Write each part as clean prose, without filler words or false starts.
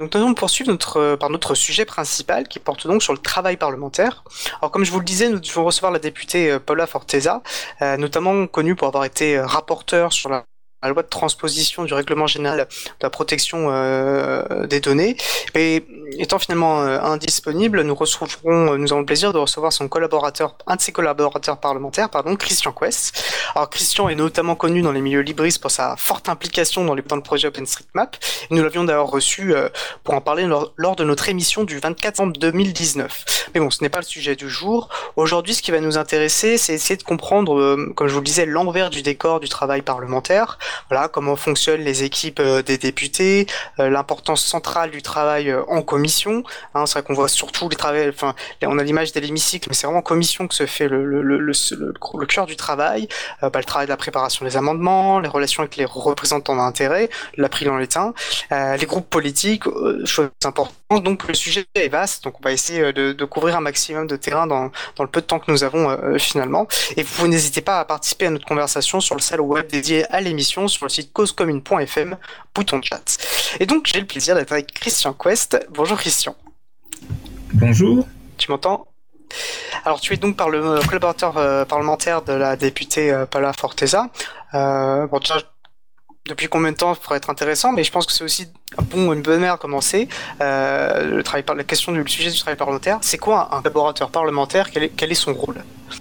Donc nous allons poursuivre par notre sujet principal qui porte donc sur le travail parlementaire. Alors comme je vous le disais, nous devons recevoir la députée Paula Forteza, notamment connue pour avoir été rapporteure sur la loi de transposition du règlement général de la protection des données. Et étant finalement indisponible, nous avons le plaisir de recevoir un de ses collaborateurs parlementaires, Christian Quest. Alors Christian est notamment connu dans les milieux libristes pour sa forte implication dans le projet OpenStreetMap. Et nous l'avions d'ailleurs reçu pour en parler lors de notre émission du 24 septembre 2019. Mais bon, ce n'est pas le sujet du jour. Aujourd'hui, ce qui va nous intéresser, c'est essayer de comprendre, comme je vous le disais, l'envers du décor du travail parlementaire. Voilà, comment fonctionnent les équipes des députés, l'importance centrale du travail en commission. C'est vrai qu'on voit surtout les travails, on a l'image de l'hémicycle, mais c'est vraiment en commission que se fait le cœur du travail. Le travail de la préparation des amendements, les relations avec les représentants d'intérêt, l'appris dans l'étain, les groupes politiques, choses importantes. Donc le sujet est vaste, donc on va essayer de couvrir un maximum de terrain dans le peu de temps que nous avons finalement. Et vous n'hésitez pas à participer à notre conversation sur le salon web dédié à l'émission sur le site causecommune.fm, bouton chat. Et donc j'ai le plaisir d'être avec Christian Quest. Bonjour Christian. Bonjour. Tu m'entends ? Alors tu es donc le collaborateur parlementaire de la députée Paula Forteza. Déjà, depuis combien de temps pourrait être intéressant, mais je pense que c'est aussi une bonne manière à commencer. Le sujet du travail parlementaire, c'est quoi un collaborateur parlementaire ? Quel est son rôle ?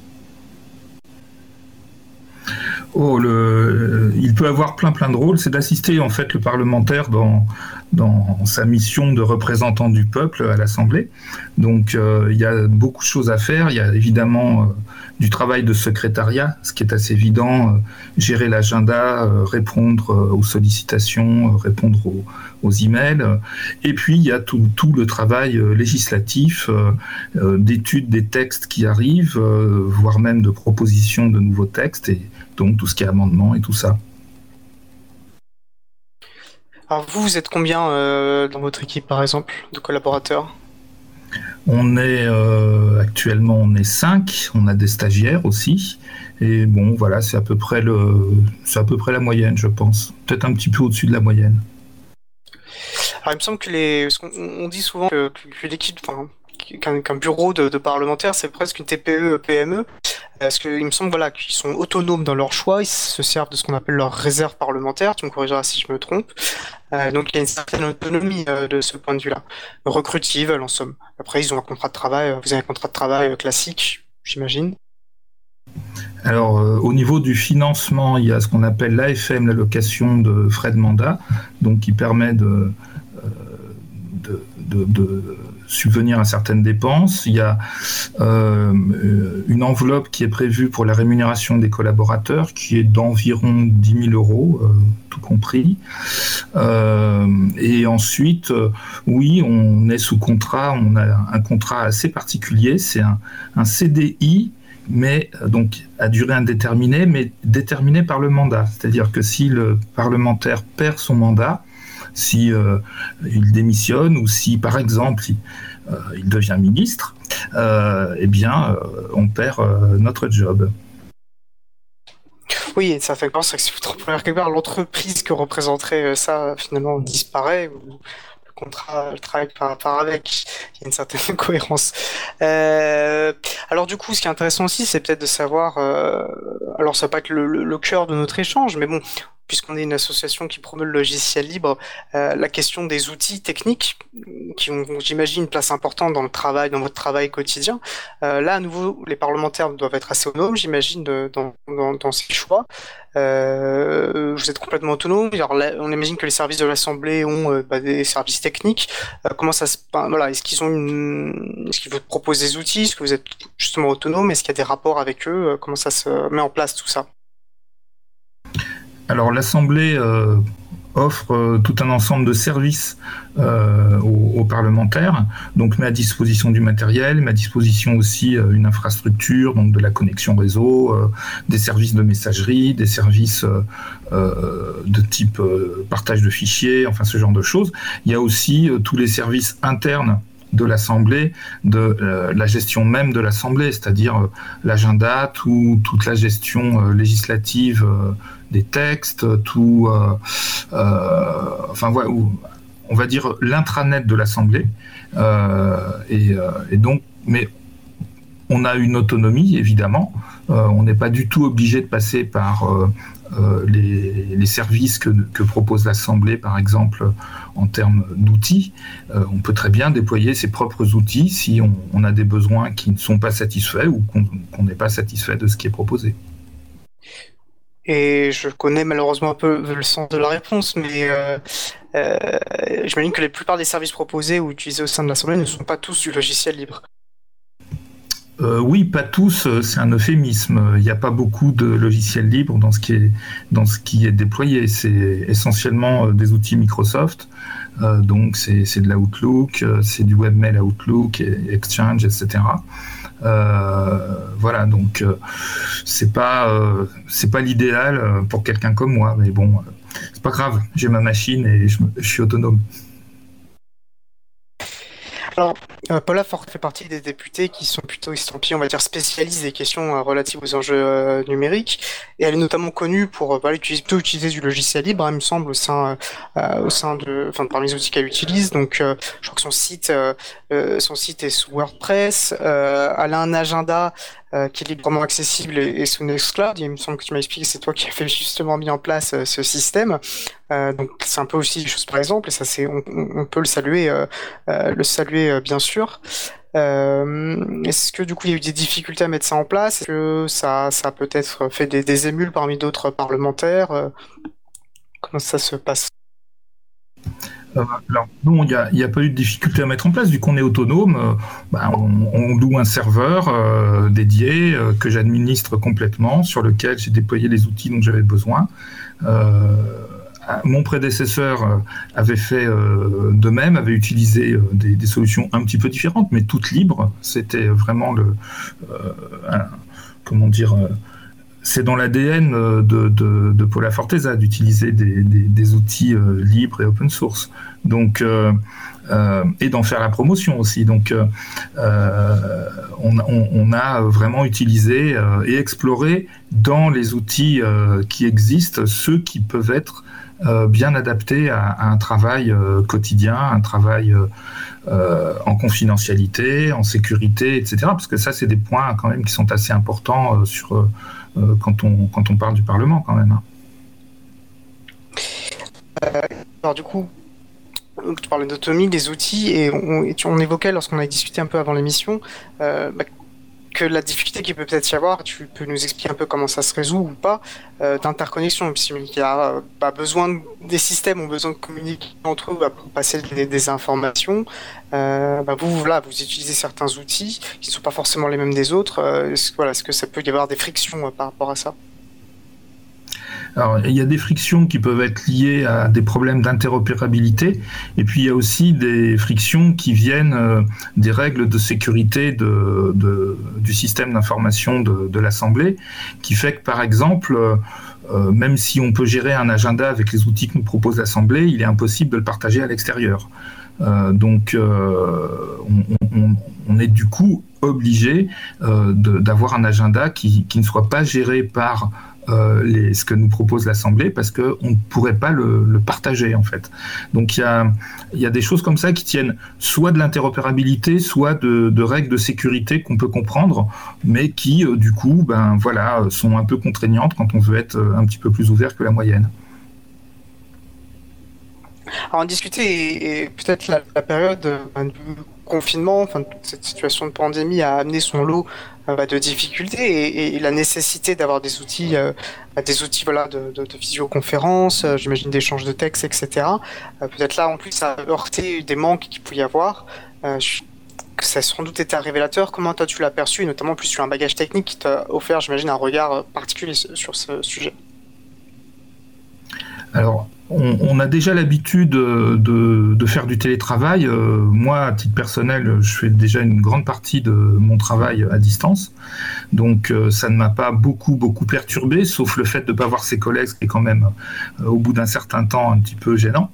Il peut avoir plein de rôles. C'est d'assister en fait le parlementaire dans sa mission de représentant du peuple à l'Assemblée. Donc il y a beaucoup de choses à faire. Il y a évidemment du travail de secrétariat, ce qui est assez évident, gérer l'agenda, répondre aux sollicitations, répondre aux emails. Et puis il y a tout le travail législatif, d'études des textes qui arrivent, voire même de propositions de nouveaux textes, et donc tout ce qui est amendement et tout ça. Alors vous êtes combien dans votre équipe par exemple de collaborateurs ? On est actuellement 5, on a des stagiaires aussi, et bon voilà, c'est à peu près la moyenne, je pense, peut-être un petit peu au-dessus de la moyenne. Alors il me semble parce qu'on dit souvent que l'équipe, qu'un bureau de parlementaires, c'est presque une TPE PME. Parce qu'il me semble qu'ils sont autonomes dans leur choix, ils se servent de ce qu'on appelle leur réserve parlementaire, tu me corrigeras si je me trompe. Donc il y a une certaine autonomie de ce point de vue-là, recrutive en somme. Après ils ont un contrat de travail, vous avez un contrat de travail classique, j'imagine. Alors au niveau du financement, il y a ce qu'on appelle l'AFM, l'allocation de frais de mandat, donc qui permet de subvenir à certaines dépenses. Il y a une enveloppe qui est prévue pour la rémunération des collaborateurs qui est d'environ 10 000 euros, tout compris. Et ensuite, oui, on est sous contrat, on a un contrat assez particulier, c'est un CDI, mais donc à durée indéterminée, mais déterminé par le mandat. C'est-à-dire que si le parlementaire perd son mandat, si il démissionne ou si, par exemple, il devient ministre, on perd notre job. Oui, et ça fait penser que si vous trouvez quelque part l'entreprise que représenterait ça, finalement, disparaît, ou le travail par avec, il y a une certaine cohérence. Alors du coup, ce qui est intéressant aussi, c'est peut-être de savoir, alors ça va pas être le cœur de notre échange, mais bon, puisqu'on est une association qui promeut le logiciel libre, la question des outils techniques qui ont, j'imagine, une place importante dans votre travail quotidien. Là, à nouveau, les parlementaires doivent être assez autonomes, j'imagine, dans ces choix. Vous êtes complètement autonome. Alors là, on imagine que les services de l'Assemblée ont des services techniques. Comment ça se passe ? Est-ce qu'ils vous proposent des outils ? Est-ce que vous êtes justement autonome ? Est-ce qu'il y a des rapports avec eux ? Comment ça se met en place tout ça ? Alors l'Assemblée offre tout un ensemble de services aux parlementaires, donc met à disposition du matériel, met à disposition aussi une infrastructure, donc de la connexion réseau, des services de messagerie, des services de type partage de fichiers, enfin ce genre de choses. Il y a aussi tous les services internes de l'Assemblée, de la gestion même de l'Assemblée, c'est-à-dire l'agenda, toute la gestion législative des textes, enfin voilà, on va dire, l'intranet de l'Assemblée. Et donc, mais on a une autonomie, évidemment. On n'est pas du tout obligé de passer par les services que propose l'Assemblée, par exemple, en termes d'outils. On peut très bien déployer ses propres outils si on a des besoins qui ne sont pas satisfaits ou qu'on n'est pas satisfait de ce qui est proposé. Et je connais malheureusement un peu le sens de la réponse, mais j'imagine que la plupart des services proposés ou utilisés au sein de l'Assemblée ne sont pas tous du logiciel libre. Oui, pas tous, c'est un euphémisme. Il n'y a pas beaucoup de logiciels libres dans ce qui est déployé. C'est essentiellement des outils Microsoft. Donc c'est de l'Outlook, c'est du webmail Outlook, Exchange, etc. Voilà, donc c'est pas l'idéal pour quelqu'un comme moi, mais bon, c'est pas grave. J'ai ma machine et je suis autonome. Alors, Paula Forte fait partie des députés qui sont plutôt estampillés, on va dire, spécialistes des questions relatives aux enjeux numériques. Et elle est notamment connue pour utiliser du logiciel libre, il me semble, au sein parmi les outils qu'elle utilise. Donc, je crois que son site est sous WordPress. Elle a un agenda qui est librement accessible et sous Nextcloud. Il me semble que tu m'as expliqué, c'est toi qui as justement mis en place ce système. Donc c'est un peu aussi des choses par exemple, et ça on peut le saluer bien sûr. Est-ce que du coup il y a eu des difficultés à mettre ça en place? Est-ce que ça a peut-être fait des émules parmi d'autres parlementaires? Comment ça se passe? Alors, non, il n'y a pas eu de difficulté à mettre en place. Vu qu'on est autonome, on loue un serveur dédié que j'administre complètement, sur lequel j'ai déployé les outils dont j'avais besoin. Mon prédécesseur avait fait de même, avait utilisé des solutions un petit peu différentes, mais toutes libres. C'était vraiment c'est dans l'ADN de Paula Forteza d'utiliser des outils libres et open source. Donc, et d'en faire la promotion aussi. Donc, on a vraiment utilisé et exploré dans les outils qui existent ceux qui peuvent être bien adaptés à un travail quotidien, un travail en confidentialité, en sécurité, etc. Parce que ça, c'est des points quand même qui sont assez importants quand on parle du Parlement quand même. Alors du coup, tu parlais d'autonomie, des outils, et on évoquait lorsqu'on a discuté un peu avant l'émission que la difficulté qu'il peut peut-être y avoir, tu peux nous expliquer un peu comment ça se résout ou pas, d'interconnexion, puisqu'il y a des systèmes ont besoin de communiquer entre eux pour passer des informations. Vous utilisez certains outils qui ne sont pas forcément les mêmes des autres. Est-ce que ça peut y avoir des frictions par rapport à ça? Alors, il y a des frictions qui peuvent être liées à des problèmes d'interopérabilité, et puis il y a aussi des frictions qui viennent des règles de sécurité du système d'information de l'Assemblée, qui fait que, par exemple, même si on peut gérer un agenda avec les outils que nous propose l'Assemblée, il est impossible de le partager à l'extérieur. Donc, on est du coup obligé d'avoir un agenda qui ne soit pas géré par ce que nous propose l'Assemblée, parce qu'on ne pourrait pas le partager en fait. Donc il y a des choses comme ça qui tiennent soit de l'interopérabilité, soit de règles de sécurité qu'on peut comprendre, mais qui du coup sont un peu contraignantes quand on veut être un petit peu plus ouvert que la moyenne. Alors, en discuter, et peut-être la période du confinement, toute cette situation de pandémie a amené son lot de difficultés, et la nécessité d'avoir des outils de visioconférence, j'imagine d'échange de textes, etc. Peut-être là en plus ça a heurté des manques qu'il pouvait y avoir. Que ça a sans doute été un révélateur. Comment toi tu l'as perçu, et notamment plus sur un bagage technique qui t'a offert, j'imagine, un regard particulier sur ce sujet? Alors, on a déjà l'habitude de faire du télétravail. Moi, à titre personnel, je fais déjà une grande partie de mon travail à distance. Donc, ça ne m'a pas beaucoup perturbé, sauf le fait de ne pas voir ses collègues, ce qui est quand même, au bout d'un certain temps, un petit peu gênant.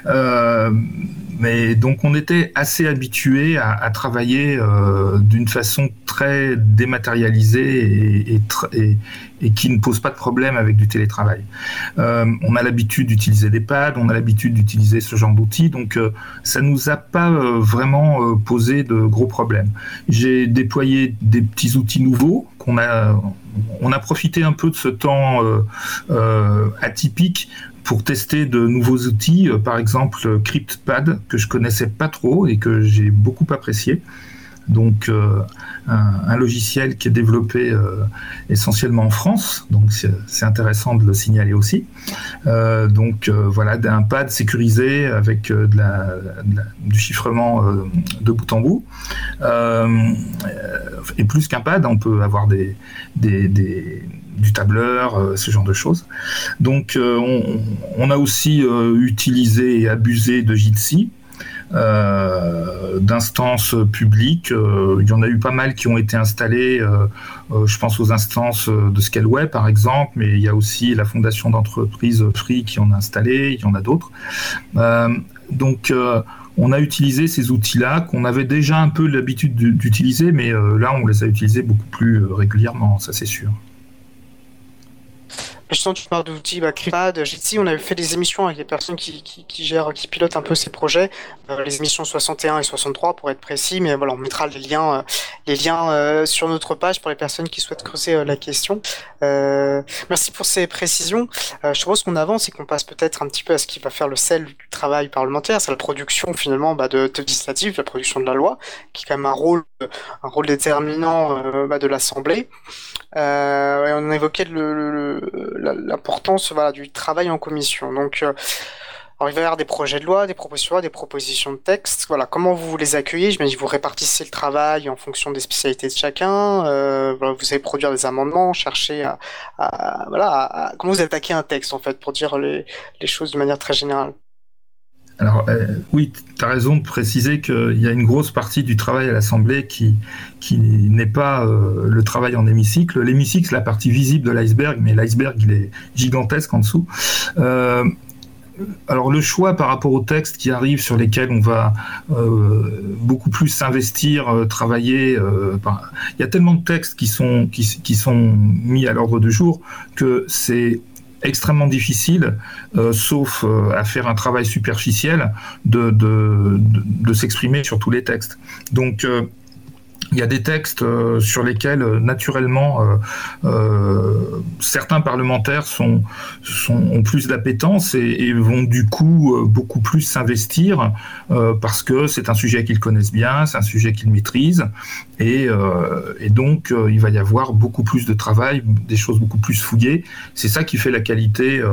Mais donc, on était assez habitué à travailler d'une façon très dématérialisée et qui ne pose pas de problème avec du télétravail. On a l'habitude d'utiliser d'utiliser des pads, on a l'habitude d'utiliser ce genre d'outils, donc ça nous a pas vraiment posé de gros problèmes. J'ai déployé des petits outils nouveaux on a profité un peu de ce temps atypique pour tester de nouveaux outils, par exemple CryptPad, que je connaissais pas trop et que j'ai beaucoup apprécié. Donc un logiciel qui est développé essentiellement en France, donc c'est intéressant de le signaler aussi. Voilà, un pad sécurisé avec du chiffrement de bout en bout. Et plus qu'un pad, on peut avoir du tableur, ce genre de choses. Donc on a aussi utilisé et abusé de Jitsi, d'instances publiques. Il y en a eu pas mal qui ont été installées. Je pense aux instances de Scaleway par exemple, mais il y a aussi la fondation d'entreprise Free qui en a installé, il y en a d'autres. On a utilisé ces outils-là qu'on avait déjà un peu l'habitude d'utiliser, mais là on les a utilisés beaucoup plus régulièrement, ça c'est sûr. Justement, tu parles d'outils, CryptPad, Jitsi, on avait fait des émissions avec des personnes qui pilotent un peu ces projets, les émissions 61 et 63 pour être précis, mais voilà, on mettra les liens sur notre page pour les personnes qui souhaitent creuser la question. Merci pour ces précisions. Je propose qu'on avance et qu'on passe peut-être un petit peu à ce qui va faire le sel du travail parlementaire, c'est la production finalement de législative, la production de la loi, qui est quand même un rôle déterminant de l'Assemblée. On a évoqué l'importance du travail en commission. Donc, alors il va y avoir des projets de loi, des propositions de loi, des propositions de texte. Voilà, comment vous les accueillez? J'imagine que vous répartissez le travail en fonction des spécialités de chacun. Vous allez produire des amendements, chercher comment vous attaquez un texte en fait, pour dire les choses de manière très générale. Alors oui, tu as raison de préciser qu'il y a une grosse partie du travail à l'Assemblée qui n'est pas le travail en hémicycle. L'hémicycle, c'est la partie visible de l'iceberg, mais l'iceberg, il est gigantesque en dessous. Alors le choix par rapport aux textes qui arrivent, sur lesquels on va beaucoup plus s'investir, travailler, il y a tellement de textes qui sont mis à l'ordre du jour que c'est extrêmement difficile, sauf à faire un travail superficiel, de s'exprimer sur tous les textes. Donc il y a des textes sur lesquels, naturellement, certains parlementaires ont plus d'appétence et vont du coup beaucoup plus s'investir parce que c'est un sujet qu'ils connaissent bien, c'est un sujet qu'ils maîtrisent, et donc il va y avoir beaucoup plus de travail, des choses beaucoup plus fouillées. C'est ça qui fait la qualité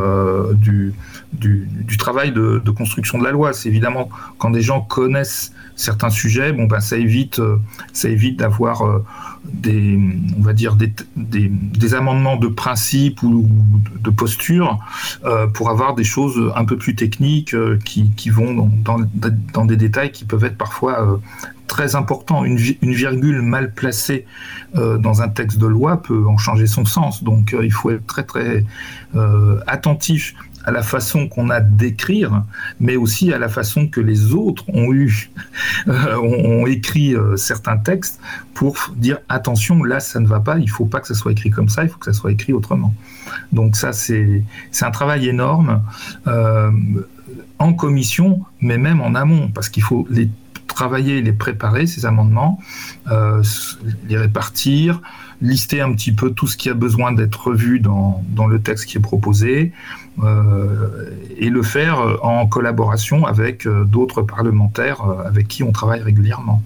du travail de construction de la loi. C'est évidemment quand des gens connaissent certains sujets, ça évite d'avoir des amendements de principe ou de posture pour avoir des choses un peu plus techniques qui vont dans des détails qui peuvent être parfois très importants. Une virgule mal placée dans un texte de loi peut en changer son sens. Donc il faut être très très attentif à la façon qu'on a d'écrire, mais aussi à la façon que les autres ont écrit certains textes pour dire attention, là ça ne va pas, il ne faut pas que ça soit écrit comme ça, il faut que ça soit écrit autrement. Donc ça c'est un travail énorme en commission, mais même en amont, parce qu'il faut les travailler, les préparer, ces amendements, les répartir, lister un petit peu tout ce qui a besoin d'être revu dans le texte qui est proposé, et le faire en collaboration avec d'autres parlementaires avec qui on travaille régulièrement.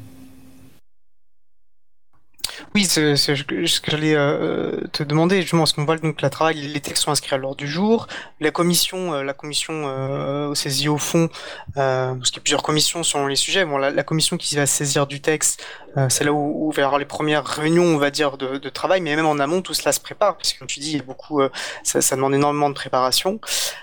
Oui, c'est ce que j'allais te demander, justement, parce qu'on voit donc les textes sont inscrits à l'ordre du jour. La commission saisie au fond, parce qu'il y a plusieurs commissions selon les sujets. Bon, la commission qui va se saisir du texte, c'est là où il va y avoir les premières réunions, on va dire, de travail, mais même en amont, tout cela se prépare, parce que comme tu dis, il y a beaucoup, ça demande énormément de préparation.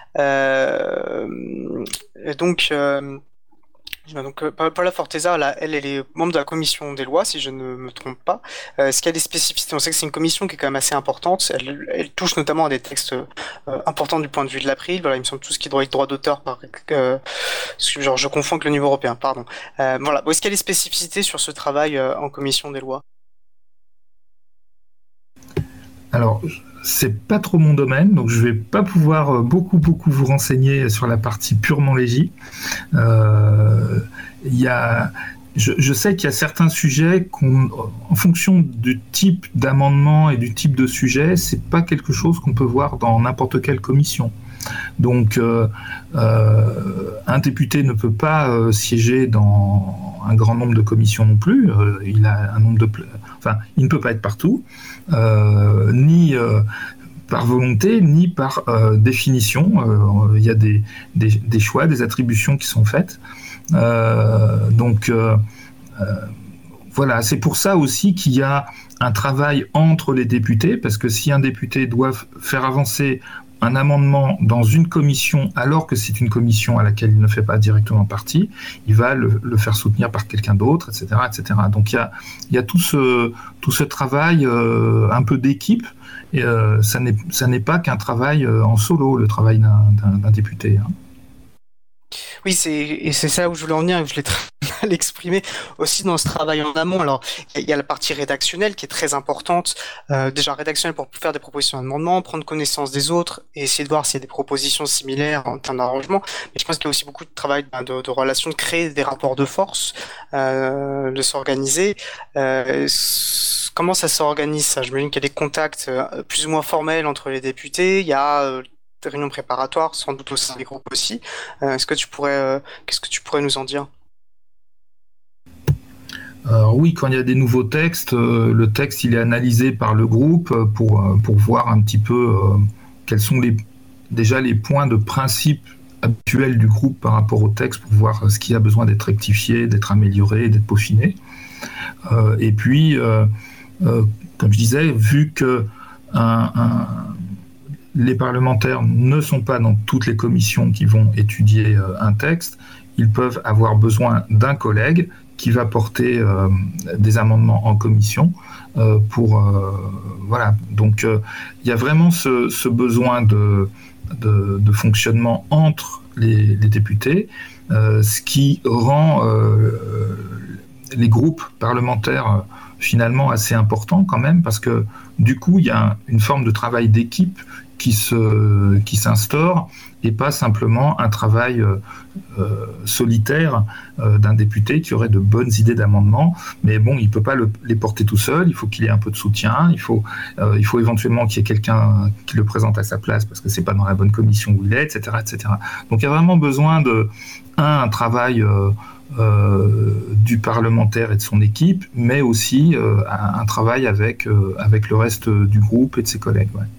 Donc Paula Forteza, elle est membre de la commission des lois, si je ne me trompe pas. Est-ce qu'il y a des spécificités? On sait que c'est une commission qui est quand même assez importante. Elle touche notamment à des textes importants du point de vue de l'April. Voilà, il me semble tout ce qui est droit d'auteur, je confonds avec le niveau européen, pardon. Voilà. Est-ce qu'il y a des spécificités sur ce travail en commission des lois? Alors, c'est pas trop mon domaine, donc je vais pas pouvoir beaucoup vous renseigner sur la partie purement légie. Il y a, je sais qu'il y a certains sujets en fonction du type d'amendement et du type de sujet, c'est pas quelque chose qu'on peut voir dans n'importe quelle commission. Donc, un député ne peut pas siéger dans un grand nombre de commissions non plus. Il a un nombre il ne peut pas être partout, ni par volonté, ni par définition. Il y a des choix, des attributions qui sont faites. Voilà, c'est pour ça aussi qu'il y a un travail entre les députés, parce que si un député doit faire avancer un amendement dans une commission alors que c'est une commission à laquelle il ne fait pas directement partie, il va le faire soutenir par quelqu'un d'autre, etc., etc. Donc il y a tout ce travail un peu d'équipe, et ça n'est pas qu'un travail en solo, le travail d'un député. Hein. Oui, c'est ça où je voulais en venir, et je l'ai très mal exprimé aussi dans ce travail en amont. Alors, il y a la partie rédactionnelle qui est très importante. Déjà rédactionnelle pour faire des propositions d'amendement, prendre connaissance des autres et essayer de voir s'il y a des propositions similaires en termes d'arrangement. Mais je pense qu'il y a aussi beaucoup de travail de relations, de créer des rapports de force, de s'organiser. Comment ça s'organise ça? Je me dis qu'il y a des contacts plus ou moins formels entre les députés. Il y a des réunions préparatoires, sans doute au sein des groupes aussi. Qu'est-ce que tu pourrais nous en dire? Oui, quand il y a des nouveaux textes, le texte il est analysé par le groupe pour voir un petit peu quels sont déjà les points de principe habituels du groupe par rapport au texte, pour voir ce qui a besoin d'être rectifié, d'être amélioré, d'être peaufiné. Et puis, comme je disais, vu que les parlementaires ne sont pas dans toutes les commissions qui vont étudier un texte, ils peuvent avoir besoin d'un collègue qui va porter des amendements en commission voilà. Donc il y a vraiment ce besoin de fonctionnement entre les députés, ce qui rend les groupes parlementaires finalement assez importants quand même, parce que du coup il y a une forme de travail d'équipe qui s'instaure, et pas simplement un travail solitaire d'un député qui aurait de bonnes idées d'amendement, mais bon, il ne peut pas les porter tout seul, il faut qu'il ait un peu de soutien, il faut éventuellement qu'il y ait quelqu'un qui le présente à sa place, parce que ce n'est pas dans la bonne commission où il est, etc., etc. Donc il y a vraiment besoin un travail du parlementaire et de son équipe, mais aussi un travail avec le reste du groupe et de ses collègues. Ouais.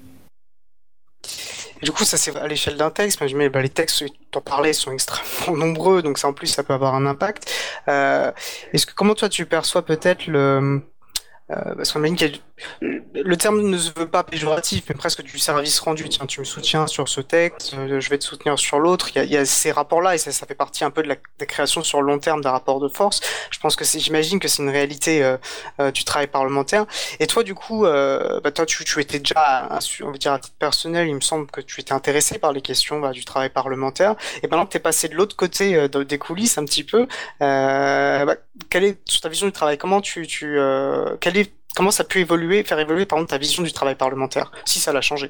Du coup, ça c'est à l'échelle d'un texte, mais les textes dont tu en parlais sont extrêmement nombreux, donc ça en plus ça peut avoir un impact. Comment toi tu perçois peut-être parce qu'on imagine qu'il y a le terme ne se veut pas péjoratif, mais presque du service rendu. Tiens, tu me soutiens sur ce texte, je vais te soutenir sur l'autre. Il y a ces rapports-là, et ça fait partie un peu de la création sur le long terme d'un rapport de force. Je pense que j'imagine que c'est une réalité du travail parlementaire. Et toi, du coup, toi, tu étais déjà, on va dire à titre personnel, il me semble que tu étais intéressé par les questions du travail parlementaire. Et maintenant que tu es passé de l'autre côté des coulisses un petit peu, quelle est sur ta vision du travail? Comment ça a pu faire évoluer par exemple ta vision du travail parlementaire, si ça l'a changé?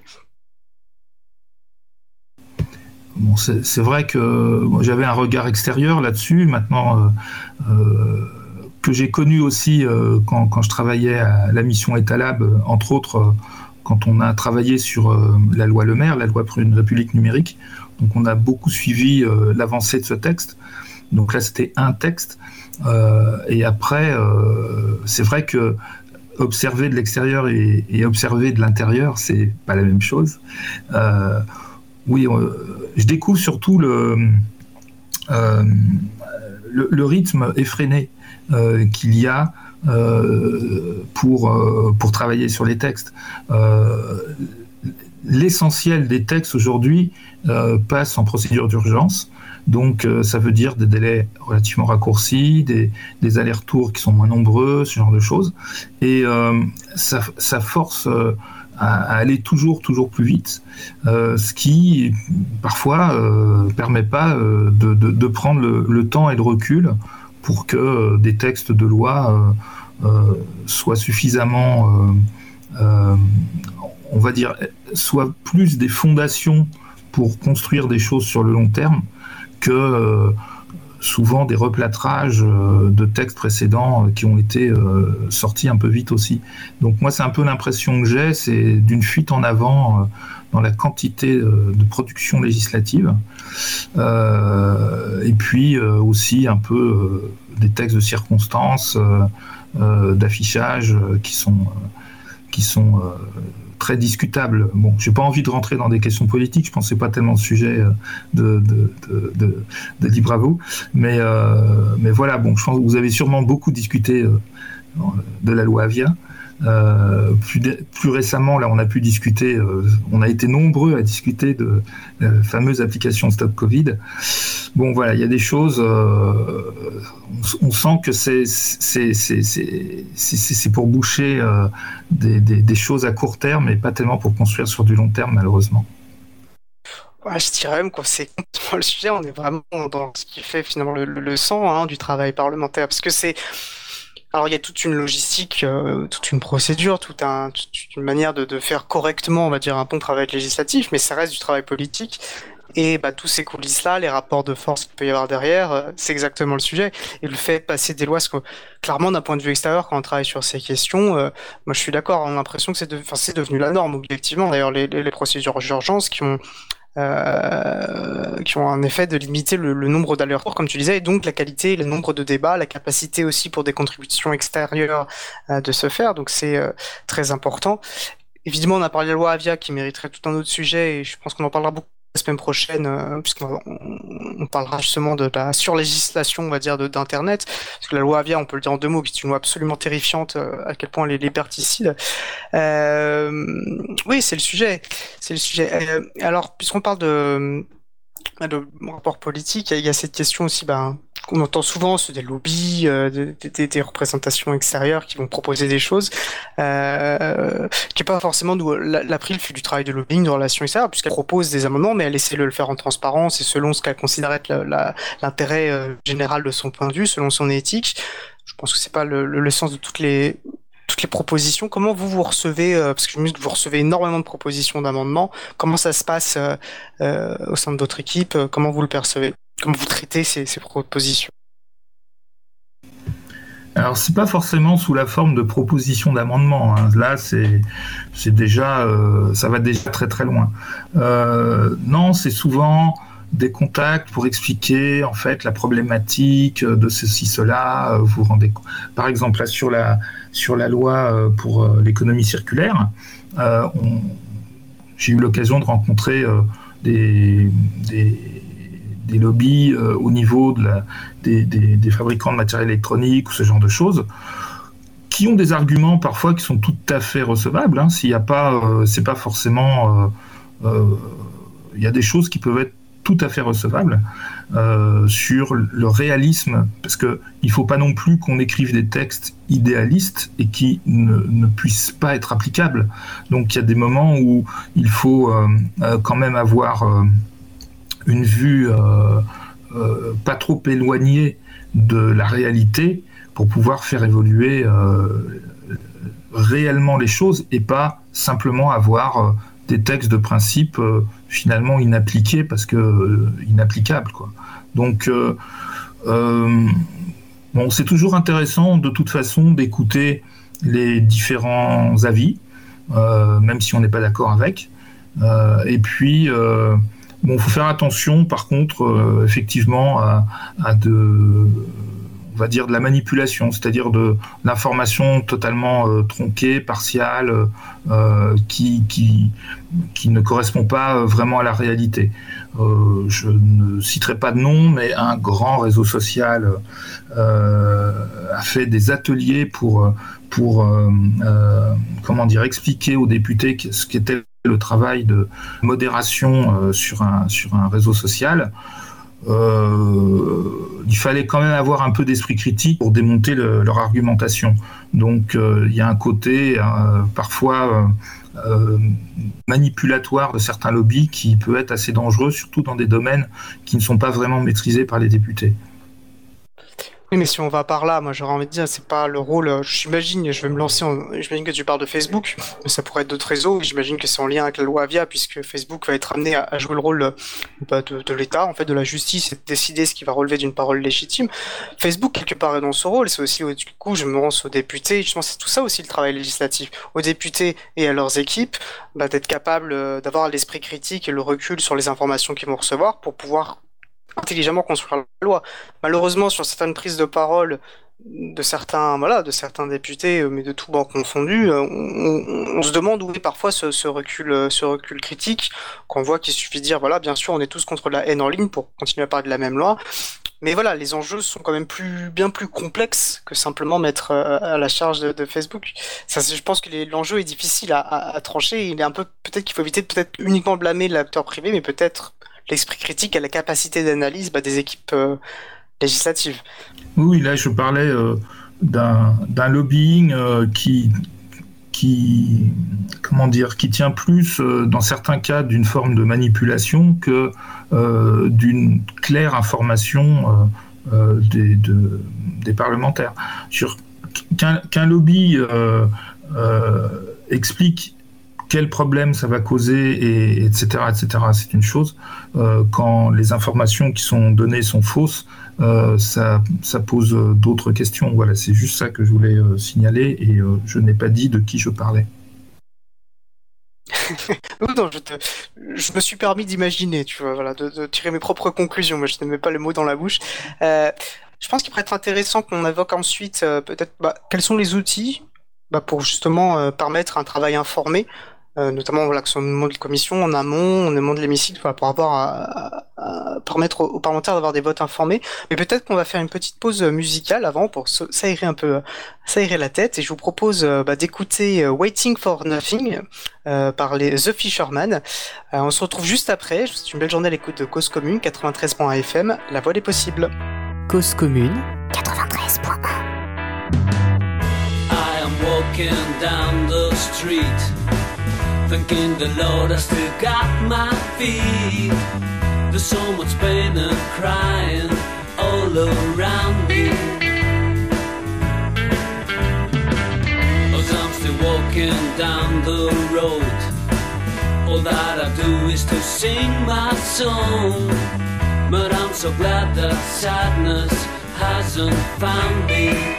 Bon, c'est vrai que j'avais un regard extérieur là-dessus. Maintenant, que j'ai connu aussi quand je travaillais à la mission Etalab, entre autres, quand on a travaillé sur la loi Le Maire, la loi pour une République numérique. Donc on a beaucoup suivi l'avancée de ce texte. Donc là, c'était un texte. Et après, c'est vrai que observer de l'extérieur et observer de l'intérieur, c'est pas la même chose. Oui, je découvre surtout le rythme effréné qu'il y a pour travailler sur les textes. L'essentiel des textes aujourd'hui passe en procédure d'urgence. Donc ça veut dire des délais relativement raccourcis, des allers-retours qui sont moins nombreux, ce genre de choses. Et ça force à aller toujours plus vite, ce qui parfois permet pas de prendre le temps et le recul pour que des textes de loi soient suffisamment on va dire, soient plus des fondations pour construire des choses sur le long terme que souvent des replâtrages de textes précédents qui ont été sortis un peu vite aussi. Donc moi, c'est un peu l'impression que j'ai, c'est d'une fuite en avant dans la quantité de production législative, et puis aussi un peu des textes de circonstances, d'affichage qui sont très discutables. Bon, j'ai pas envie de rentrer dans des questions politiques, je pensais pas tellement au sujet de Libre à vous, mais voilà, bon, je pense que vous avez sûrement beaucoup discuté de la loi Avia. Plus récemment, là, on a pu discuter, on a été nombreux à discuter de la fameuse application Stop Covid. Bon, voilà, il y a des choses, on sent que c'est pour boucher des choses à court terme et pas tellement pour construire sur du long terme, malheureusement. Ouais, je dirais même que c'est complètement le sujet, on est vraiment dans ce qui fait finalement le sang du travail parlementaire, parce que c'est... Alors il y a toute une logistique, toute une procédure, toute une manière de faire correctement, on va dire, un bon travail législatif, mais ça reste du travail politique. Et tous ces coulisses-là, les rapports de force qu'il peut y avoir derrière, c'est exactement le sujet. Et le fait de passer des lois, parce que clairement, d'un point de vue extérieur, quand on travaille sur ces questions, moi je suis d'accord, on a l'impression que c'est devenu la norme, objectivement. D'ailleurs, les procédures d'urgence qui ont un effet de limiter le nombre d'allers-retours, comme tu disais, et donc la qualité, le nombre de débats, la capacité aussi pour des contributions extérieures de se faire, donc c'est très important. Évidemment, on a parlé de la loi Avia qui mériterait tout un autre sujet, et je pense qu'on en parlera beaucoup la semaine prochaine, puisqu'on parlera justement de la surlégislation, on va dire, d'Internet, parce que la loi Avia, on peut le dire en deux mots, qui est une loi absolument terrifiante, à quel point elle est liberticide. Oui, c'est le sujet. Alors, puisqu'on parle de rapport politique, il y a cette question aussi, qu'on entend souvent, c'est des lobbies, des représentations extérieures qui vont proposer des choses, qui n'est pas forcément d'où l'April fait du travail de lobbying, de relations extérieures, puisqu'elle propose des amendements, mais elle essaie de le faire en transparence et selon ce qu'elle considère être l'intérêt général de son point de vue, selon son éthique. Je pense que c'est pas le sens de toutes les propositions. Comment vous recevez, parce que je me dis que vous recevez énormément de propositions d'amendements, comment ça se passe au sein de votre équipe, comment vous le percevez, comment vous traitez ces propositions? Alors, c'est pas forcément sous la forme de propositions d'amendements, hein. Là, c'est déjà, ça va déjà très très loin. Non, c'est souvent des contacts pour expliquer en fait la problématique de ceci, cela. Vous rendez compte. Par exemple, là, sur la loi pour l'économie circulaire, j'ai eu l'occasion de rencontrer des lobbies au niveau des fabricants de matériel électronique ou ce genre de choses, qui ont des arguments parfois qui sont tout à fait recevables. Hein. S'il n'y a pas, c'est pas forcément, il y a des choses qui peuvent être tout à fait recevables sur le réalisme, parce que il faut pas non plus qu'on écrive des textes idéalistes et qui ne puissent pas être applicables. Donc il y a des moments où il faut quand même avoir une vue pas trop éloignée de la réalité pour pouvoir faire évoluer réellement les choses et pas simplement avoir des textes de principe finalement inappliqués parce que inapplicables, quoi. Donc bon, c'est toujours intéressant de toute façon d'écouter les différents avis, même si on n'est pas d'accord avec. Et puis bon, faut faire attention, par contre, effectivement, à on va dire de la manipulation, c'est-à-dire de l'information totalement tronquée, partiale, qui ne correspond pas vraiment à la réalité. Je ne citerai pas de nom, mais un grand réseau social a fait des ateliers pour comment dire, expliquer aux députés ce qu'était le travail de modération sur un réseau social. Il fallait quand même avoir un peu d'esprit critique pour démonter leur argumentation. Donc il y a un côté parfois manipulatoire de certains lobbies qui peut être assez dangereux, surtout dans des domaines qui ne sont pas vraiment maîtrisés par les députés. Oui, mais si on va par là, moi j'aurais envie de dire, c'est pas le rôle. J'imagine, je vais me lancer. J'imagine que tu parles de Facebook, mais ça pourrait être d'autres réseaux. J'imagine que c'est en lien avec la loi Avia, puisque Facebook va être amené à jouer le rôle de l'État, en fait, de la justice, et de décider ce qui va relever d'une parole légitime. Facebook, quelque part, est dans ce rôle. C'est aussi, du coup, je me rends aux députés. Justement, c'est tout ça aussi le travail législatif. Aux députés et à leurs équipes, d'être capable d'avoir l'esprit critique et le recul sur les informations qu'ils vont recevoir pour pouvoir intelligemment construire la loi. Malheureusement, sur certaines prises de parole de certains députés, mais de tous bancs confondus, on se demande où est parfois ce recul critique, qu'on voit qu'il suffit de dire, voilà, bien sûr, on est tous contre la haine en ligne pour continuer à parler de la même loi, mais voilà, les enjeux sont quand même bien plus complexes que simplement mettre à la charge de Facebook. Ça, je pense que l'enjeu est difficile à trancher. Il est un peu, peut-être qu'il faut éviter de peut-être uniquement blâmer l'acteur privé, mais peut-être l'esprit critique et la capacité d'analyse des équipes législatives. Oui, là je parlais d'un lobbying qui tient plus dans certains cas d'une forme de manipulation que d'une claire information des parlementaires. Qu'un lobby explique quel problème ça va causer, etc., c'est une chose. Quand les informations qui sont données sont fausses, ça pose d'autres questions. Voilà, c'est juste ça que je voulais signaler, et je n'ai pas dit de qui je parlais. Non, je me suis permis d'imaginer, tu vois, voilà, de tirer mes propres conclusions, mais je ne mets pas le mot dans la bouche. Je pense qu'il pourrait être intéressant qu'on évoque ensuite peut-être quels sont les outils pour justement permettre un travail informé, notamment que ce soit au moment de commission, en amont, au moment de l'hémicycle, par rapport à permettre aux parlementaires d'avoir des votes informés. Mais peut-être qu'on va faire une petite pause musicale avant pour s'aérer un peu, s'aérer la tête. Et je vous propose d'écouter Waiting for Nothing par les The Fisherman. On se retrouve juste après. C'est une belle journée à l'écoute de Cause Commune 93.1 FM. La voix des possibles. Cause Commune 93.1. I am walking down the street, thanking the Lord I still got my feet. There's so much pain and crying all around me, as I'm still walking down the road. All that I do is to sing my song, but I'm so glad that sadness hasn't found me.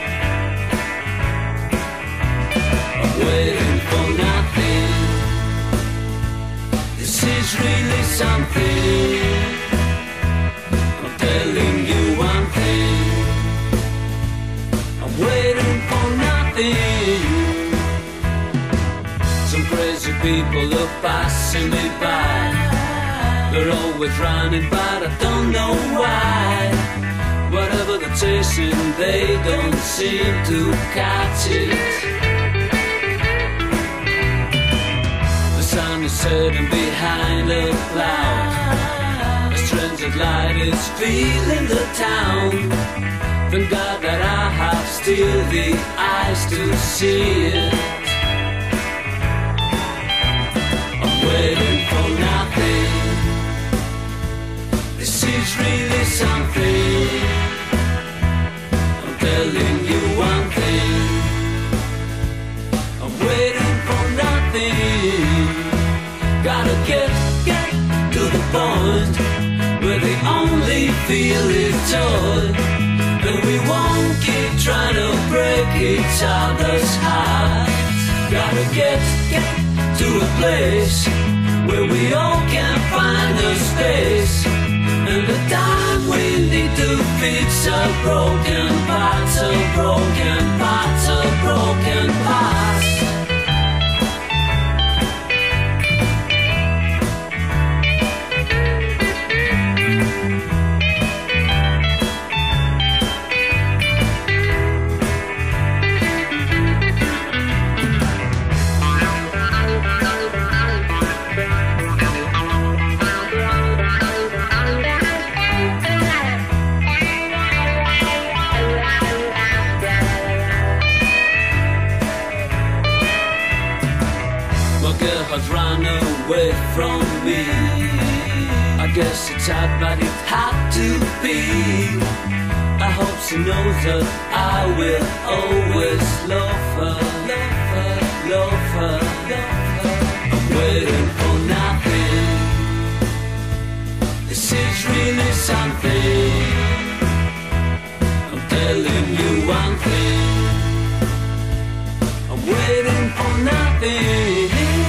I'm waiting for nothing. This is really something. I'm telling you one thing. I'm waiting for nothing. Some crazy people are passing me by. They're always running, but I don't know why. Whatever they're chasing, they don't seem to catch it. The sun is setting behind a cloud. A strange light is filling the town. Thank God that I have still the eyes to see it. I'm waiting for nothing. This is really something. I'm telling you one thing. I'm waiting for nothing. Gotta get to the point where the only feel is joy. And we won't keep trying to break each other's hearts. Gotta get to a place where we all can find a space. And the time we need to fix a broken parts, a broken parts, a broken parts. Has run away from me. I guess it's hard, but it had to be. I hope she knows that I will always love her, love her, love her, love her. I'm waiting for nothing. This is really something. I'm telling you one thing. I'm waiting for nothing.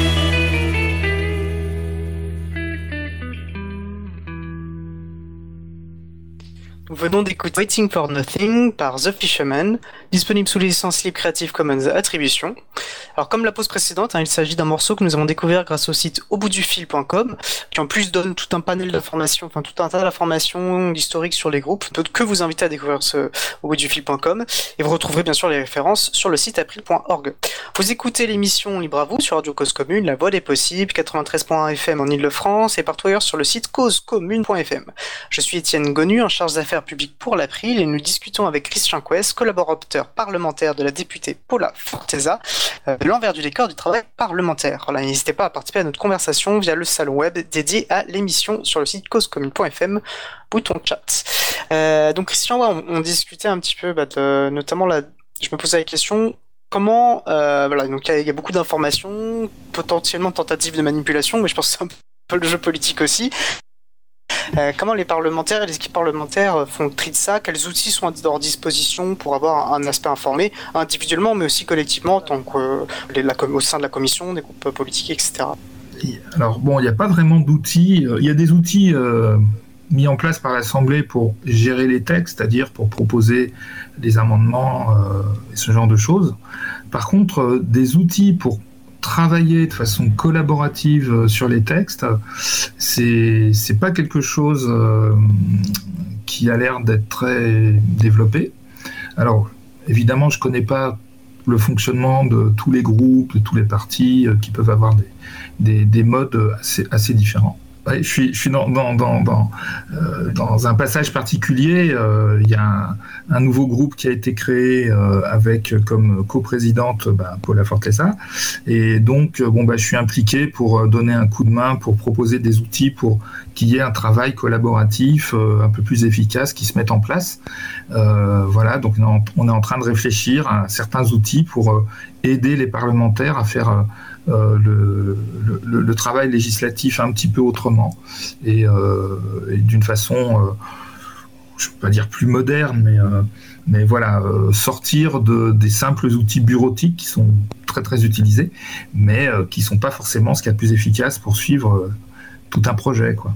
Nous venons d'écouter Waiting for Nothing par The Fisherman, disponible sous licence libre Creative Commons Attribution. Alors comme la pause précédente, il s'agit d'un morceau que nous avons découvert grâce au site auboutdufil.com, qui en plus donne tout un panel d'informations, enfin tout un tas d'informations historiques sur les groupes, que vous inviter à découvrir ce auboutdufil.com, et vous retrouverez bien sûr les références sur le site april.org. Vous écoutez l'émission Libre à vous sur Radio Cause Commune, la voix des possibles, 93.1 FM en Ile-de-France et partout ailleurs sur le site causecommune.fm. Je suis Étienne Gonu, en charge d'affaires publiques pour l'April, et nous discutons avec Christian Quest, collaborateur parlementaire de la députée Paula Forteza, de l'envers du décor du travail parlementaire. Voilà, n'hésitez pas à participer à notre conversation via le salon web dédié à l'émission sur le site causecommune.fm, bouton chat. Donc Christian, on discutait un petit peu notamment je me posais la question, comment, voilà, donc il y a beaucoup d'informations, potentiellement tentatives de manipulation, mais je pense que c'est un peu le jeu politique aussi. Comment les parlementaires et les équipes parlementaires font le tri de ça? Quels outils sont à leur disposition pour avoir un aspect informé, individuellement, mais aussi collectivement, en tant que au sein de la commission, des groupes politiques, etc. Alors bon, il n'y a pas vraiment d'outils. Il y a des outils mis en place par l'Assemblée pour gérer les textes, c'est-à-dire pour proposer des amendements et ce genre de choses. Par contre, des outils pour travailler de façon collaborative sur les textes, c'est pas quelque chose qui a l'air d'être très développé. Alors, évidemment, je connais pas le fonctionnement de tous les groupes, de tous les partis qui peuvent avoir des modes assez différents. Ouais, je suis dans un passage particulier. Il y a un nouveau groupe qui a été créé avec comme coprésidente Paula Forteza, et donc je suis impliqué pour donner un coup de main, pour proposer des outils pour qu'il y ait un travail collaboratif un peu plus efficace qui se mette en place. Voilà, donc on est en train de réfléchir à certains outils pour aider les parlementaires à faire le travail législatif un petit peu autrement et d'une façon, je ne peux pas dire plus moderne, mais voilà, sortir des simples outils bureautiques qui sont très très utilisés, mais qui ne sont pas forcément ce qu'il y a de plus efficace pour suivre tout un projet, quoi.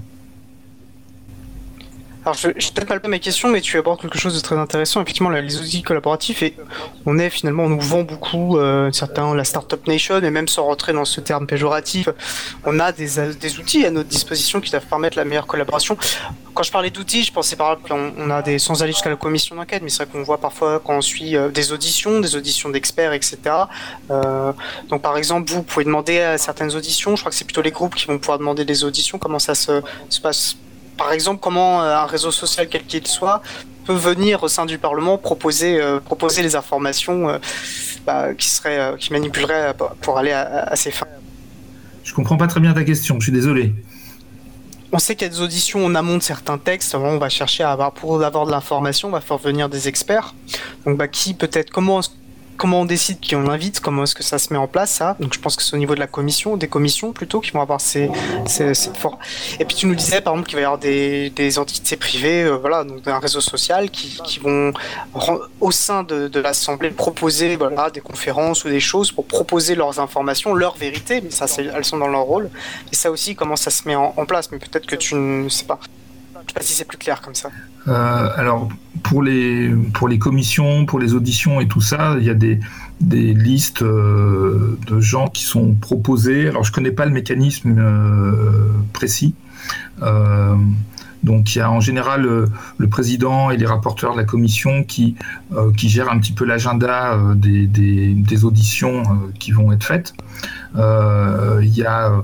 Alors, je peut-être mal mes questions, mais tu abordes quelque chose de très intéressant. Effectivement, les outils collaboratifs, et on nous vend beaucoup, certains, la Startup Nation, et même sans rentrer dans ce terme péjoratif, on a des outils à notre disposition qui doivent permettre la meilleure collaboration. Quand je parlais d'outils, je pensais par exemple, on a sans aller jusqu'à la commission d'enquête, mais c'est vrai qu'on voit parfois quand on suit des auditions d'experts, etc. Donc par exemple, vous pouvez demander à certaines auditions, je crois que c'est plutôt les groupes qui vont pouvoir demander des auditions, comment ça se passe. Par exemple, comment un réseau social, quel qu'il soit, peut venir au sein du Parlement proposer les informations qui manipuleraient pour aller à ses fins. Je comprends pas très bien ta question, je suis désolé. On sait qu'il y a des auditions en amont de certains textes. On va chercher pour avoir de l'information, on va faire venir des experts. Donc, qui peut-être, comment on décide qui on invite, comment est-ce que ça se met en place, ça. Donc je pense que c'est au niveau de la commission, des commissions plutôt, qui vont avoir cette force. Et puis tu nous disais par exemple qu'il va y avoir des entités privées, donc un réseau social qui vont au sein de l'Assemblée proposer des conférences ou des choses pour proposer leurs informations, leurs vérités, mais ça elles sont dans leur rôle. Et ça aussi, comment ça se met en place, mais peut-être que tu ne sais pas. Je ne sais pas si c'est plus clair comme ça. Alors, pour les commissions, pour les auditions et tout ça, il y a des listes de gens qui sont proposés. Alors, je ne connais pas le mécanisme précis. Donc, il y a en général le président et les rapporteurs de la commission qui gèrent un petit peu l'agenda des auditions qui vont être faites. Il y a...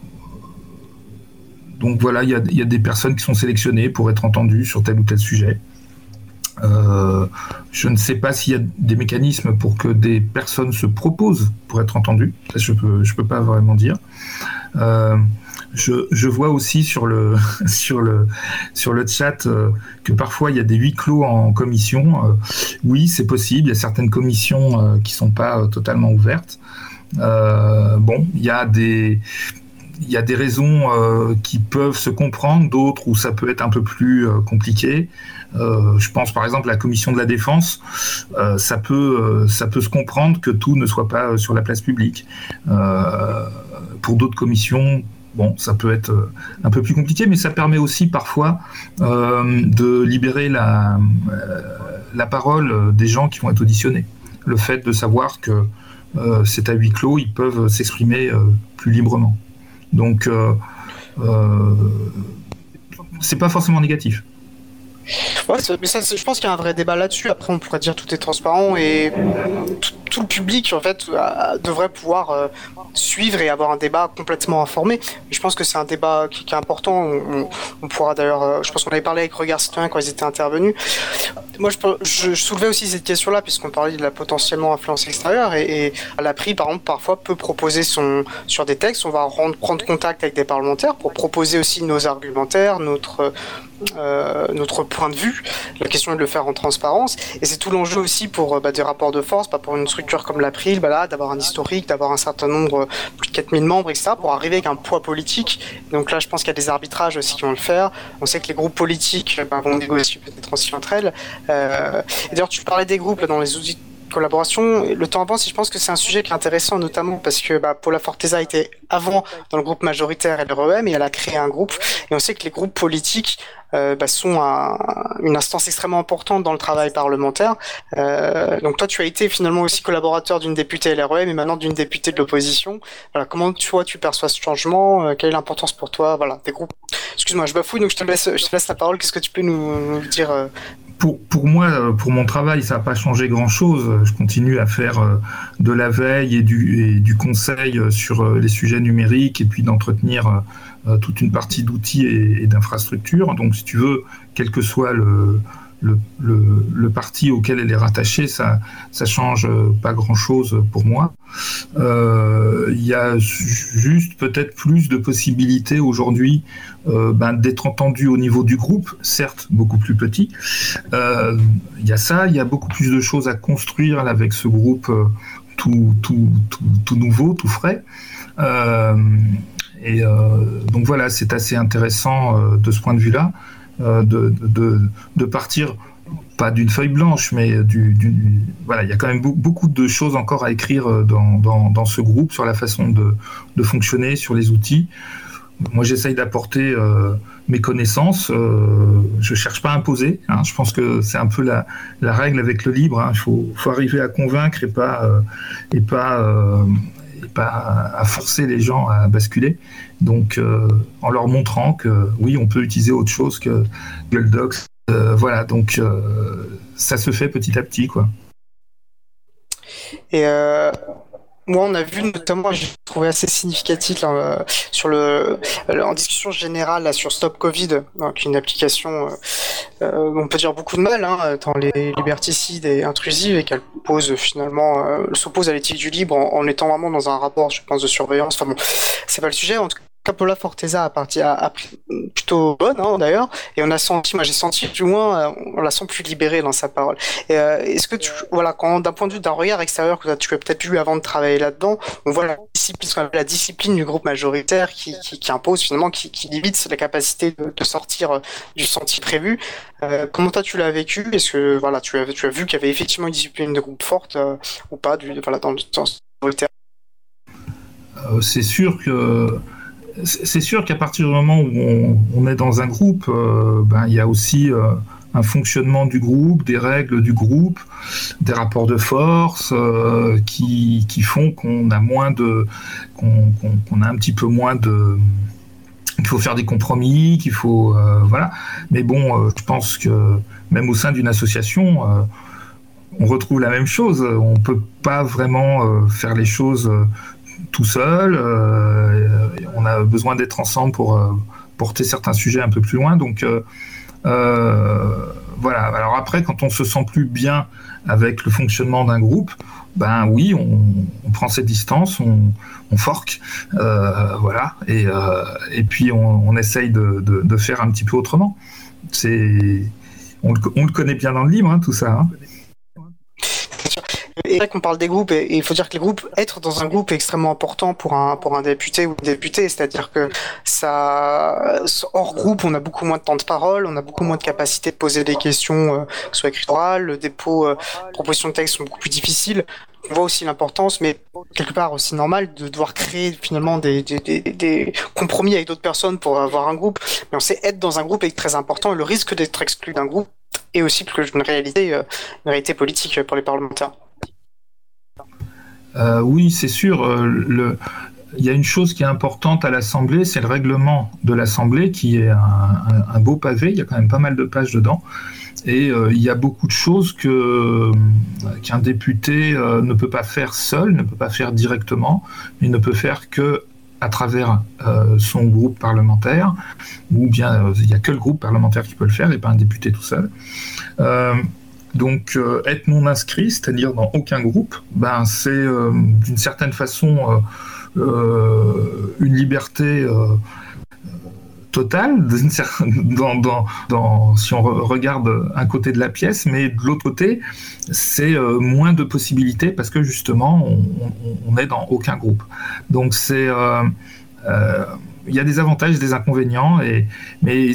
Donc voilà, il y a des personnes qui sont sélectionnées pour être entendues sur tel ou tel sujet. Je ne sais pas s'il y a des mécanismes pour que des personnes se proposent pour être entendues. Ça, je peux pas vraiment dire. Je vois aussi sur le chat que parfois il y a des huis clos en commission. Oui, c'est possible. Il y a certaines commissions qui sont pas totalement ouvertes. Il y a des raisons qui peuvent se comprendre, d'autres où ça peut être un peu plus compliqué. Je pense par exemple à la commission de la défense. Ça peut se comprendre que tout ne soit pas sur la place publique. Pour d'autres commissions, ça peut être un peu plus compliqué, mais ça permet aussi parfois de libérer la parole des gens qui vont être auditionnés. Le fait de savoir que c'est à huis clos, ils peuvent s'exprimer plus librement. Donc, c'est pas forcément négatif. Ouais, mais ça, je pense qu'il y a un vrai débat là-dessus. Après, on pourrait dire tout est transparent et tout le public, en fait, devrait pouvoir suivre et avoir un débat complètement informé. Je pense que c'est un débat qui est important. On pourra d'ailleurs, je pense qu'on avait parlé avec Regard Citoyen quand ils étaient intervenus. Moi, je soulevais aussi cette question-là puisqu'on parlait de la potentiellement influence extérieure et à l'APRI, par exemple, parfois peut proposer sur des textes. On va prendre contact avec des parlementaires pour proposer aussi nos argumentaires, notre point de vue. La question est de le faire en transparence et c'est tout l'enjeu aussi pour des rapports de force, pas pour une structure comme l'April, d'avoir un historique, d'avoir un certain nombre, plus de 4000 membres, etc., pour arriver avec un poids politique. Donc là, je pense qu'il y a des arbitrages aussi qui vont le faire. On sait que les groupes politiques vont négocier peut-être aussi entre elles. Et d'ailleurs, tu parlais des groupes là, dans les outils de collaboration. Le temps avance et je pense que c'est un sujet qui est intéressant, notamment parce que Paula Forteza était avant dans le groupe majoritaire LREM et elle a créé un groupe. Et on sait que les groupes politiques sont une instance extrêmement importante dans le travail parlementaire. Donc toi, tu as été finalement aussi collaborateur d'une députée LREM et maintenant d'une députée de l'opposition. Voilà, comment tu perçois ce changement? Quelle est l'importance pour toi, des groupes? Excuse-moi, je bafouille, donc je te laisse la parole. Qu'est-ce que tu peux nous dire? Pour moi, pour mon travail, ça n'a pas changé grand-chose. Je continue à faire de la veille et du conseil sur les sujets numériques et puis d'entretenir toute une partie d'outils et d'infrastructures. Donc, si tu veux, quel que soit le parti auquel elle est rattachée, ça change pas grand-chose pour moi. Il y a juste peut-être plus de possibilités aujourd'hui d'être entendu au niveau du groupe, certes beaucoup plus petit. Il y a ça, il y a beaucoup plus de choses à construire avec ce groupe tout nouveau, tout frais. Donc voilà, c'est assez intéressant de ce point de vue-là, de partir pas d'une feuille blanche, mais voilà, il y a quand même beaucoup de choses encore à écrire dans ce groupe sur la façon de fonctionner, sur les outils. Moi, j'essaye d'apporter mes connaissances. Je cherche pas à imposer. Je pense que c'est un peu la règle avec le libre. Il faut arriver à convaincre et pas à forcer les gens à basculer. Donc, en leur montrant que oui, on peut utiliser autre chose que Google Docs. Voilà, donc ça se fait petit à petit, quoi. Et moi, on a vu notamment, j'ai trouvé assez significatif là, en discussion générale là, sur Stop Covid, donc une application, on peut dire beaucoup de mal, dans les liberticides et intrusives, et qu'elle pose finalement, s'oppose à l'éthique du libre en étant vraiment dans un rapport, je pense, de surveillance. Enfin bon, c'est pas le sujet. En tout cas, Paula Forteza a plutôt bonne d'ailleurs, et on a senti, moi j'ai senti du moins, on la sent plus libérée dans sa parole. Et, est-ce que quand d'un point de vue d'un regard extérieur que tu as peut-être eu avant de travailler là-dedans, on voit la discipline du groupe majoritaire qui impose finalement, qui limite la capacité de sortir du sentier prévu. Comment toi tu l'as vécu? Est-ce que tu as vu qu'il y avait effectivement une discipline de groupe forte ou pas dans le sens majoritaire? C'est sûr qu'à partir du moment où on est dans un groupe, il y a aussi un fonctionnement du groupe, des règles du groupe, des rapports de force qui font qu'on a un petit peu moins qu'il faut faire des compromis, qu'il faut voilà. Mais bon, je pense que même au sein d'une association, on retrouve la même chose. On peut pas vraiment faire les choses tout seul, on a besoin d'être ensemble pour porter certains sujets un peu plus loin. Donc voilà. Alors après, quand on se sent plus bien avec le fonctionnement d'un groupe, ben oui, on prend ses distances, on forque, voilà, et puis on essaye de faire un petit peu autrement. On le connaît bien dans le livre, hein, tout ça. Hein. Et c'est vrai qu'on parle des groupes, et il faut dire que les groupes, être dans un groupe est extrêmement important pour un député ou une députée, c'est-à-dire que ça, hors groupe, on a beaucoup moins de temps de parole, on a beaucoup moins de capacité de poser des questions, que ce soit écrites orales, le dépôt, propositions de texte sont beaucoup plus difficiles. On voit aussi l'importance, mais quelque part aussi normal, de devoir créer finalement des compromis avec d'autres personnes pour avoir un groupe. Mais on sait être dans un groupe est très important, et le risque d'être exclu d'un groupe est aussi une réalité politique pour les parlementaires. Oui, c'est sûr. Il y a une chose qui est importante à l'Assemblée, c'est le règlement de l'Assemblée, qui est un beau pavé. Il y a quand même pas mal de pages dedans. Et il y a beaucoup de choses qu'un député ne peut pas faire seul, ne peut pas faire directement, mais ne peut faire que à travers son groupe parlementaire, ou bien il n'y a que le groupe parlementaire qui peut le faire, et pas un député tout seul. Donc être non inscrit, c'est-à-dire dans aucun groupe, ben c'est d'une certaine façon une liberté totale, si on regarde un côté de la pièce, mais de l'autre côté, c'est moins de possibilités parce que justement, on n'est dans aucun groupe. Donc c'est il y a des avantages et des inconvénients, mais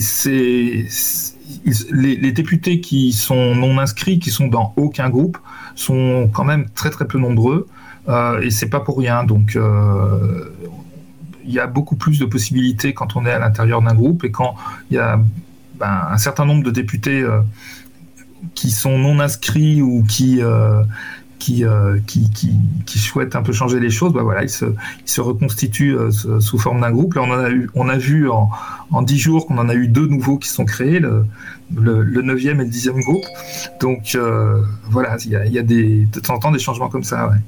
les députés qui sont non inscrits, qui sont dans aucun groupe, sont quand même très très peu nombreux, et c'est pas pour rien. Donc il y a beaucoup plus de possibilités quand on est à l'intérieur d'un groupe, et quand il y a un certain nombre de députés qui sont non inscrits ou qui souhaitent un peu changer les choses, voilà, ils se reconstituent sous forme d'un groupe. Là, on a vu en 10 jours qu'on en a eu 2 nouveaux qui sont créés, le 9e et le 10e groupe. Donc voilà, il y a de temps en temps des changements comme ça. Ouais.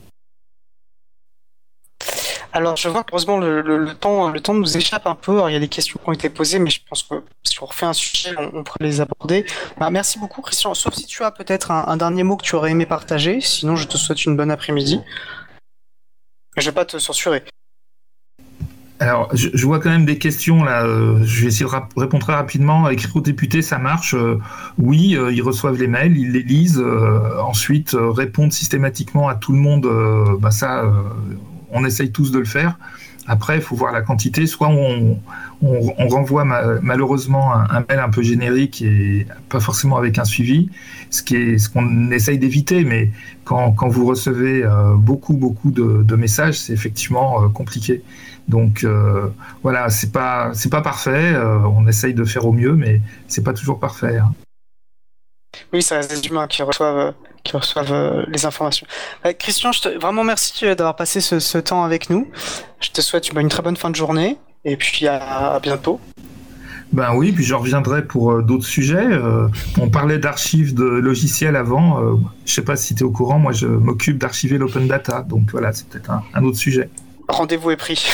Alors, je vois qu'heureusement, le temps nous échappe un peu. Alors, il y a des questions qui ont été posées, mais je pense que si on refait un sujet, on pourrait les aborder. Merci beaucoup, Christian. Sauf si tu as peut-être un dernier mot que tu aurais aimé partager. Sinon, je te souhaite une bonne après-midi. Je ne vais pas te censurer. Alors, je vois quand même des questions là. Je vais essayer de répondre très rapidement. Écrire aux députés, ça marche. Oui, ils reçoivent les mails, ils les lisent. Ensuite, répondre systématiquement à tout le monde, on essaye tous de le faire. Après, il faut voir la quantité. Soit on renvoie malheureusement un mail un peu générique et pas forcément avec un suivi, ce qu'on essaye d'éviter. Mais quand vous recevez beaucoup de messages, c'est effectivement compliqué. Donc voilà, c'est pas parfait. On essaye de faire au mieux, mais c'est pas toujours parfait. Hein. Oui, ça reste des humains qui reçoivent les informations. Christian, vraiment merci d'avoir passé ce temps avec nous. Je te souhaite une très bonne fin de journée, et puis à bientôt. Ben oui, puis je reviendrai pour d'autres sujets. On parlait d'archives de logiciels avant. Je ne sais pas si tu es au courant, moi je m'occupe d'archiver l'open data, donc voilà, c'est peut-être un autre sujet. Rendez-vous est pris.